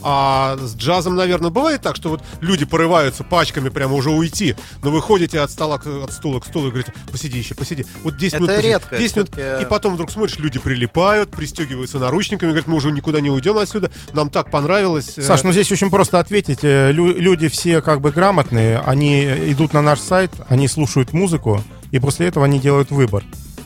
Speaker 3: А с джазом, наверное, бывает так, что вот люди порываются пачками прямо уже уйти, но вы ходите от стола, к- от стула к стулу и говорите, посиди еще, посиди. Вот десять
Speaker 7: Это
Speaker 3: минут, посиди.
Speaker 7: редко,
Speaker 3: десять минут,
Speaker 7: всё-таки-
Speaker 3: и потом вдруг смотришь, люди прилипают, пристегиваются наручниками, говорят, мы уже никуда не уйдем отсюда, нам так понравилось. э,
Speaker 4: Саш, ну здесь очень просто ответить. Э, лю- Люди все как бы грамотные, они идут на наш сайт, они слушают музыку, и после этого они делают выбор.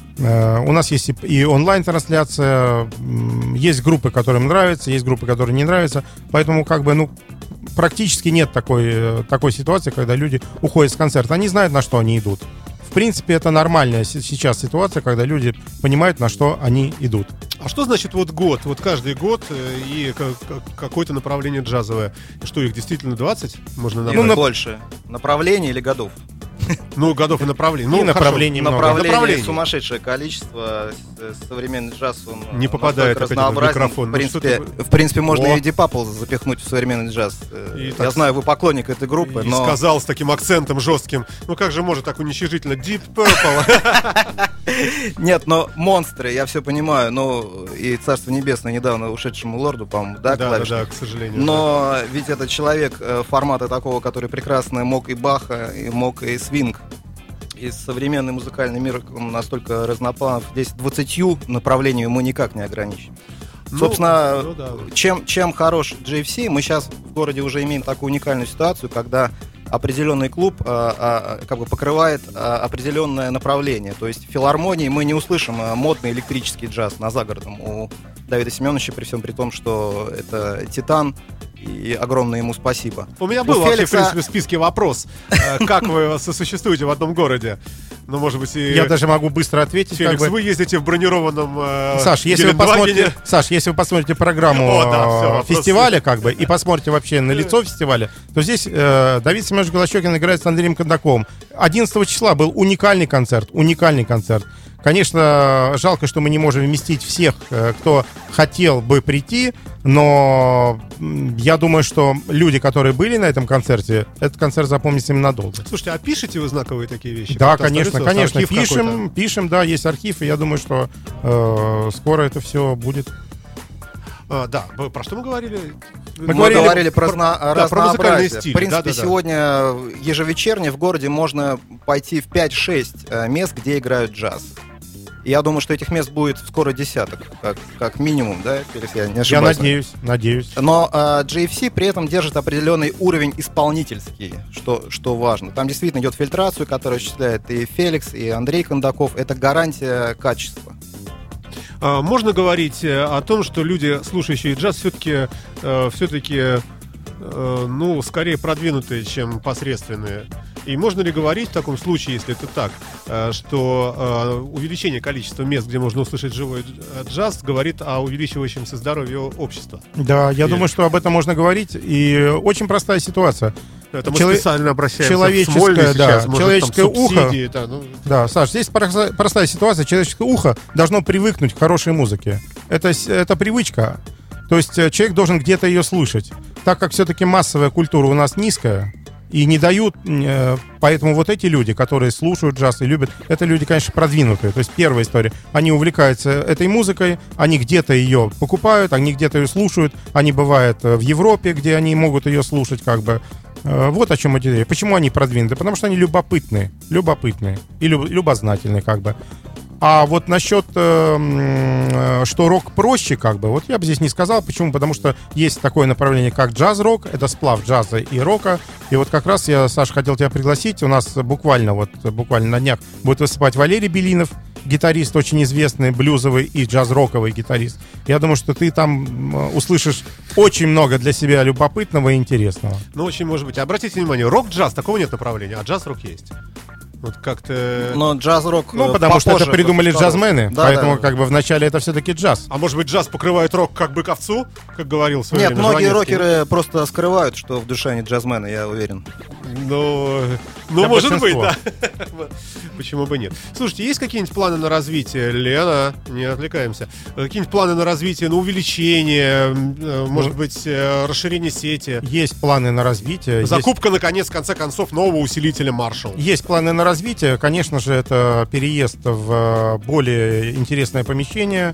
Speaker 4: Э, У нас есть и- и онлайн-трансляция, м, есть группы, которым нравится, есть группы, которые не нравятся, поэтому как бы, ну, практически нет такой, э, такой ситуации, когда люди уходят с концерта. Они знают, на что они идут. В принципе, это нормальная с- сейчас ситуация, когда люди понимают, на что они идут.
Speaker 3: А что значит вот год? Вот каждый год э, и ка- ка- какое-то направление джазовое. Что, их действительно двадцать? Можно
Speaker 7: Или
Speaker 3: набрать?
Speaker 7: больше. Направлений или годов?
Speaker 3: Ну, годов и направлений. Ну,
Speaker 4: И
Speaker 3: хорошо.
Speaker 4: направлений много.
Speaker 7: Направлений
Speaker 3: Направлений.
Speaker 7: сумасшедшее количество. С- Современный джаз, он
Speaker 3: Не
Speaker 7: э,
Speaker 3: попадает
Speaker 7: настолько
Speaker 3: опять в
Speaker 7: разнообразен.
Speaker 3: микрофон.
Speaker 7: В
Speaker 3: Ну,
Speaker 7: принципе,
Speaker 3: что-то-
Speaker 7: в принципе, можно
Speaker 3: О.
Speaker 7: и Deep Purple запихнуть в современный джаз. Э,
Speaker 3: И
Speaker 7: Я
Speaker 3: так-
Speaker 7: знаю, вы поклонник этой группы,
Speaker 3: И
Speaker 7: но...
Speaker 3: сказал с таким акцентом жестким. Ну как же может так уничижительно Deep Purple?
Speaker 7: Нет, но монстры, я все понимаю. Ну, и Царство Небесное недавно ушедшему лорду, по-моему, да,
Speaker 3: Да, да,
Speaker 7: клавишник?
Speaker 3: да, к сожалению.
Speaker 7: Но ведь этот человек э, формата такого, который прекрасно мог и Баха, и мог и свинг. И современный музыкальный мир он настолько разнопланов. Здесь двадцатью направлениями мы никак не ограничим.
Speaker 3: Ну,
Speaker 7: Собственно,
Speaker 3: ну да.
Speaker 7: чем, чем хорош джей эф си, мы сейчас в городе уже имеем такую уникальную ситуацию, когда определенный клуб а, а, как бы покрывает а, определенное направление. То есть в филармонии мы не услышим а, модный электрический джаз на загородном у Давида Семеновича, при всем при том, что это титан, и огромное ему спасибо.
Speaker 3: У меня
Speaker 7: У
Speaker 3: был вообще, в
Speaker 7: Феликса-
Speaker 3: принципе, в списке вопрос. э, Как вы сосуществуете в одном городе? Ну, может быть, и...
Speaker 4: Я даже могу быстро ответить. как
Speaker 3: Феликс,
Speaker 4: бы.
Speaker 3: вы ездите в бронированном э,
Speaker 4: Саш, если вы
Speaker 3: Гелендвагене.
Speaker 4: посмотрите, Саш, если вы посмотрите программу
Speaker 3: О, да, всё,
Speaker 4: э,
Speaker 3: вопрос.
Speaker 4: фестиваля, как бы, и посмотрите вообще на лицо фестиваля, то здесь э, Давид Семенович Голощёкин играет с Андреем Кондаковым. одиннадцатого числа был уникальный концерт, уникальный концерт. Конечно, жалко, что мы не можем вместить всех, э, кто хотел бы прийти, Но м, я думаю, что люди, которые были на этом концерте, этот концерт запомнится им надолго.
Speaker 3: Слушайте, а пишете вы знаковые такие вещи?
Speaker 4: Да,
Speaker 3: Как-то
Speaker 4: конечно,
Speaker 3: остается
Speaker 4: конечно,
Speaker 3: архив
Speaker 4: пишем,
Speaker 3: какой-то?
Speaker 4: пишем, да, есть архив, и я думаю, что э, скоро это все будет.
Speaker 3: А, да, вы- про что мы говорили?
Speaker 4: Мы
Speaker 7: Мы
Speaker 4: говорили
Speaker 7: говорили, про,
Speaker 3: про-
Speaker 7: зна-
Speaker 3: да, про музыкальные
Speaker 7: разнообразие.
Speaker 3: стили.
Speaker 7: В принципе,
Speaker 3: Да-да-да.
Speaker 7: сегодня ежевечерне в городе можно пойти в пять-шесть э, мест, где играют джаз. И я думаю, что этих мест будет скоро десяток, как, как минимум, да, если я не
Speaker 4: Я
Speaker 7: ошибаюсь.
Speaker 4: надеюсь, надеюсь.
Speaker 7: Но э, джей эф си при этом держит определенный уровень исполнительский, что, что важно. Там действительно идет фильтрацию, которую осуществляет и Феликс, и Андрей Кондаков. Это гарантия качества.
Speaker 3: А, можно говорить э, о том, что люди, слушающие джаз, все-таки, э, все-таки, э, ну, скорее продвинутые, чем посредственные. И можно ли говорить в таком случае, если это так, э, что э, увеличение количества мест, где можно услышать живой дж- джаз, говорит о увеличивающемся здоровье общества?
Speaker 4: Да, я
Speaker 3: И-
Speaker 4: думаю, что об этом можно говорить. И очень простая ситуация.
Speaker 3: Это мы
Speaker 4: Чело-
Speaker 3: специально обращаемся
Speaker 4: человеческое,
Speaker 3: в Смольный
Speaker 4: да,
Speaker 3: сейчас, может,
Speaker 4: человеческое
Speaker 3: там
Speaker 4: ухо.
Speaker 3: субсидии, да, ну,
Speaker 4: Да, Саш, здесь проста- простая ситуация. Человеческое ухо должно привыкнуть к хорошей музыке. Это, с- это привычка. То есть э, человек должен где-то ее слышать. Так как все-таки массовая культура у нас низкая, и не дают, э, поэтому вот эти люди, которые слушают джаз и любят, это люди, конечно, продвинутые. То есть первая история. Они увлекаются этой музыкой, они где-то ее покупают, они где-то ее слушают, они бывают э, в Европе, где они могут ее слушать, как бы. Э, Вот о чем идея. Почему они продвинуты? Потому что они любопытные, любопытные и люб- любознательные, как бы. А вот насчет, э, м, э, что рок проще, как бы, вот я бы здесь не сказал. Почему? Потому что есть такое направление, как джаз-рок. Это сплав джаза и рока. И вот как раз я, Саша, хотел тебя пригласить. У нас буквально, вот, буквально на днях будет выступать Валерий Белинов, гитарист очень известный, блюзовый и джаз-роковый гитарист. Я думаю, что ты там м, услышишь очень много для себя любопытного и интересного.
Speaker 3: ну, очень может быть. Обратите внимание, рок-джаз, такого нет направления, а джаз-рок есть. Вот как-то...
Speaker 7: Но джаз-рок
Speaker 4: Ну,
Speaker 7: э,
Speaker 4: потому что
Speaker 7: попозже
Speaker 4: это придумали
Speaker 7: второй.
Speaker 4: джазмены.
Speaker 7: Да,
Speaker 4: поэтому,
Speaker 7: да.
Speaker 4: как бы, вначале это все-таки джаз.
Speaker 3: А может быть, джаз покрывает рок как бы овцу, как говорил в свое
Speaker 7: Нет,
Speaker 3: время
Speaker 7: многие
Speaker 3: Жванецкий?
Speaker 7: рокеры просто скрывают, что в душе они джазмены, я уверен.
Speaker 3: Ну, ну
Speaker 4: Да,
Speaker 3: может быть, да.
Speaker 4: большинство.
Speaker 3: Почему бы нет? Слушайте, есть какие-нибудь планы на развитие, Лена? Не отвлекаемся. Какие-нибудь планы на развитие, на увеличение, м, э, может быть, э, расширение сети?
Speaker 4: Есть планы на развитие. есть-
Speaker 3: Закупка, наконец, в конце концов, нового усилителя Marshall.
Speaker 4: Есть планы на развитие. Конечно же, это переезд в э, более интересное помещение,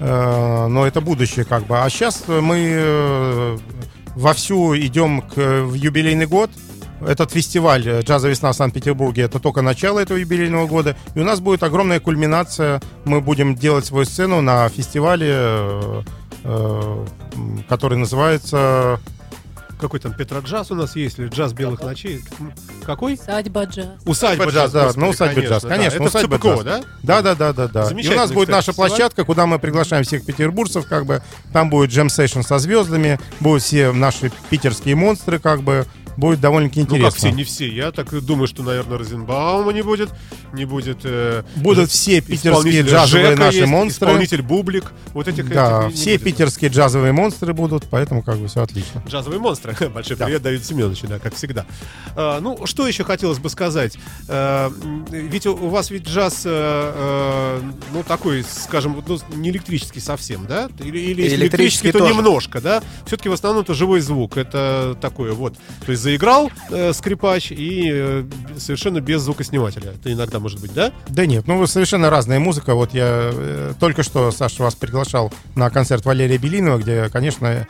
Speaker 4: э, но это будущее, как бы. А сейчас мы э, вовсю идем к, в юбилейный год. Этот фестиваль э, «Джазовая весна» в Санкт-Петербурге — это только начало этого юбилейного года. И у нас будет огромная кульминация. Мы будем делать свою сцену на фестивале, э, э, м, который называется...
Speaker 3: Какой там Петроджаз у нас есть, или джаз белых ночей? М, Какой?
Speaker 5: Усадьба джаз.
Speaker 3: Усадьба
Speaker 4: Джаз,
Speaker 3: джаз,
Speaker 4: да,
Speaker 3: господи,
Speaker 4: на усадьбе джаз,
Speaker 3: да.
Speaker 4: конечно,
Speaker 3: Это
Speaker 4: усадьба
Speaker 3: в ЦПКО,
Speaker 4: джаз.
Speaker 3: да?
Speaker 4: Да, да, да, да, да. И у
Speaker 3: Замечательный,
Speaker 4: нас будет
Speaker 3: кстати,
Speaker 4: наша
Speaker 3: фестиваль.
Speaker 4: площадка, куда мы приглашаем всех петербуржцев, как бы. Там будет джем-сейшн со звездами, будут все наши питерские монстры, как бы. Будет довольно-таки
Speaker 3: Ну как
Speaker 4: интересно.
Speaker 3: все, не все. Я так и думаю, что, наверное, Розенбаума не будет, не будет... э,
Speaker 4: Будут
Speaker 3: ж-
Speaker 4: все питерские
Speaker 3: исполнителя
Speaker 4: джазовые
Speaker 3: Жека
Speaker 4: наши
Speaker 3: есть,
Speaker 4: монстры.
Speaker 3: Исполнитель Бублик. Вот этих,
Speaker 4: Да,
Speaker 3: этих не- не
Speaker 4: все
Speaker 3: будет.
Speaker 4: питерские джазовые монстры будут, поэтому как бы все отлично.
Speaker 3: Джазовые монстры. Большой
Speaker 4: Да.
Speaker 3: привет Давиду Семеновичу, да, как всегда. А, ну, что еще хотелось бы сказать? А, м, ведь у, у вас ведь джаз, э, э, ну, такой, скажем, вот, ну, не электрический совсем, да? Или, или если
Speaker 7: Электрический
Speaker 3: электрический, то
Speaker 7: тоже.
Speaker 3: немножко, да? Все-таки в основном это живой звук. Это такое вот. То есть заиграл э, скрипач и э, совершенно без звукоснимателя. Это иногда может быть, да?
Speaker 4: Да нет, ну совершенно разная музыка. Вот я э, только что, Саша, вас приглашал на концерт Валерия Белинова, где, конечно,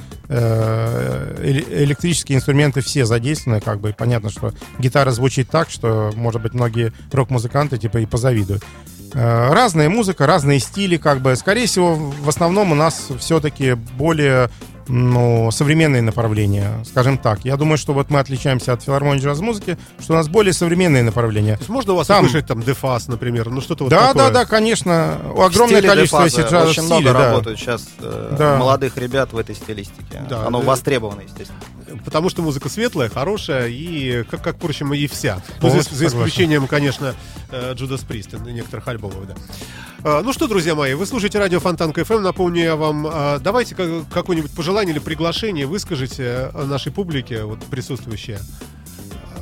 Speaker 4: э, э, электрические инструменты все задействованы, как бы. И понятно, что гитара звучит так, что, может быть, многие рок-музыканты типа и позавидуют. Э, разная музыка, разные стили, как бы. Скорее всего, в основном у нас все-таки более, ну, современные направления, скажем так. Я думаю, что вот мы отличаемся от филармонии джаз-музыки, что у нас более современные направления.
Speaker 3: То есть можно у вас
Speaker 4: Там-
Speaker 3: услышать там Дефас, например, ну что-то вот
Speaker 4: Да,
Speaker 3: такое?
Speaker 4: да, да, конечно.
Speaker 7: В
Speaker 4: Огромное
Speaker 7: стиле
Speaker 4: количество
Speaker 7: дефаза
Speaker 4: есть джаза
Speaker 7: очень
Speaker 4: стилей,
Speaker 7: много
Speaker 4: да.
Speaker 7: работают сейчас э,
Speaker 4: Да.
Speaker 7: молодых ребят в этой стилистике.
Speaker 3: Да,
Speaker 7: Оно
Speaker 3: да.
Speaker 7: востребовано, естественно.
Speaker 3: Потому что музыка светлая, хорошая и, как, как впрочем, и вся. Ну,
Speaker 4: Вот,
Speaker 3: за, за
Speaker 4: согласен.
Speaker 3: исключением, конечно, Джудас Прист и некоторых альбомов, да. А, ну что, друзья мои, вы слушаете радио Фонтанка эф эм. Напомню я вам, а, давайте как- какое-нибудь пожелание или приглашение выскажите нашей публике, вот присутствующей.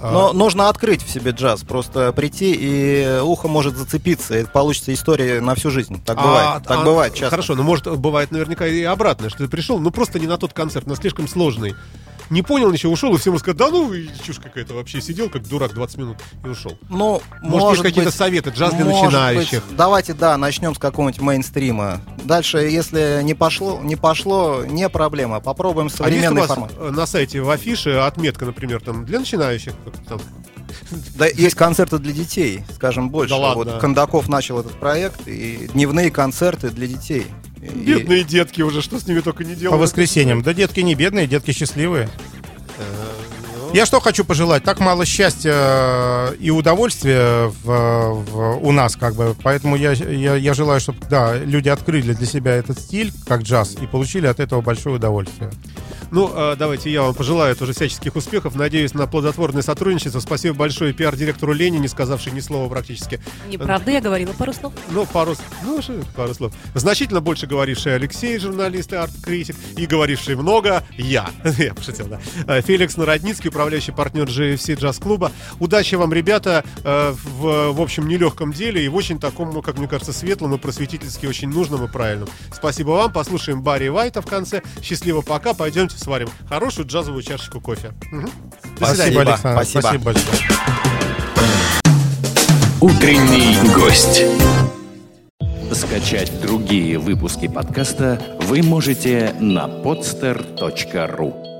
Speaker 7: Но нужно открыть в себе джаз, просто прийти, и ухо может зацепиться, и получится история на всю жизнь. Так бывает,
Speaker 3: А,
Speaker 7: так
Speaker 3: а,
Speaker 7: бывает часто.
Speaker 3: Хорошо, но может бывает наверняка и обратное, что ты пришел, ну просто не на тот концерт, на слишком сложный. Не понял ничего, ушел, и всем сказали, да ну, и чушь какая-то вообще, сидел как дурак двадцать минут и ушел.
Speaker 7: Ну,
Speaker 3: Может,
Speaker 7: может
Speaker 3: есть какие-то
Speaker 7: быть,
Speaker 3: советы, джаз для
Speaker 7: может
Speaker 3: начинающих?
Speaker 7: быть. Давайте, да, начнем с какого-нибудь мейнстрима. Дальше, если не пошло, не пошло, не проблема. Попробуем
Speaker 3: А есть у
Speaker 7: современный
Speaker 3: вас
Speaker 7: формат.
Speaker 3: э, на сайте в афише отметка, например, там для начинающих? Там,
Speaker 7: Да, есть концерты для детей, скажем, больше.
Speaker 3: Да ладно.
Speaker 7: Вот Кондаков начал этот проект, и дневные концерты для детей. И-
Speaker 3: бедные детки уже, что с ними только не
Speaker 4: По
Speaker 3: делают.
Speaker 4: воскресеньям. Да детки не бедные, детки счастливые.
Speaker 3: ну.
Speaker 4: Я что хочу пожелать? Так мало счастья и удовольствия в, в- у нас, как бы. Поэтому я, я, я желаю, чтобы да, люди открыли для себя этот стиль, как джаз, и получили от этого большое удовольствие.
Speaker 3: Ну, э, давайте я вам пожелаю тоже всяческих успехов. Надеюсь на плодотворное сотрудничество. Спасибо большое пиар-директору Лене, не сказавшей ни слова практически.
Speaker 5: Неправда, я говорила пару слов.
Speaker 3: Ну, пару, с- ну, что, пару слов. Значительно больше говоривший Алексей, журналист и арт-критик, и говоривший много я. Я пошутил, да. Э, Феликс Народницкий, управляющий партнер джи эф си джаз-клуба. Удачи вам, ребята, э, в, в общем, нелегком деле и в очень таком, ну, как мне кажется, светлом и просветительски очень нужном и правильном. Спасибо вам. Послушаем Барри Уайта в конце. Счастливо, пока. Пойдемте сварим хорошую джазовую чашечку кофе. Мгм. До свидания.
Speaker 4: Спасибо, Александр.
Speaker 7: Спасибо.
Speaker 4: Спасибо большое.
Speaker 2: Утренний гость.
Speaker 1: Скачать другие выпуски подкаста вы можете на podster точка ру.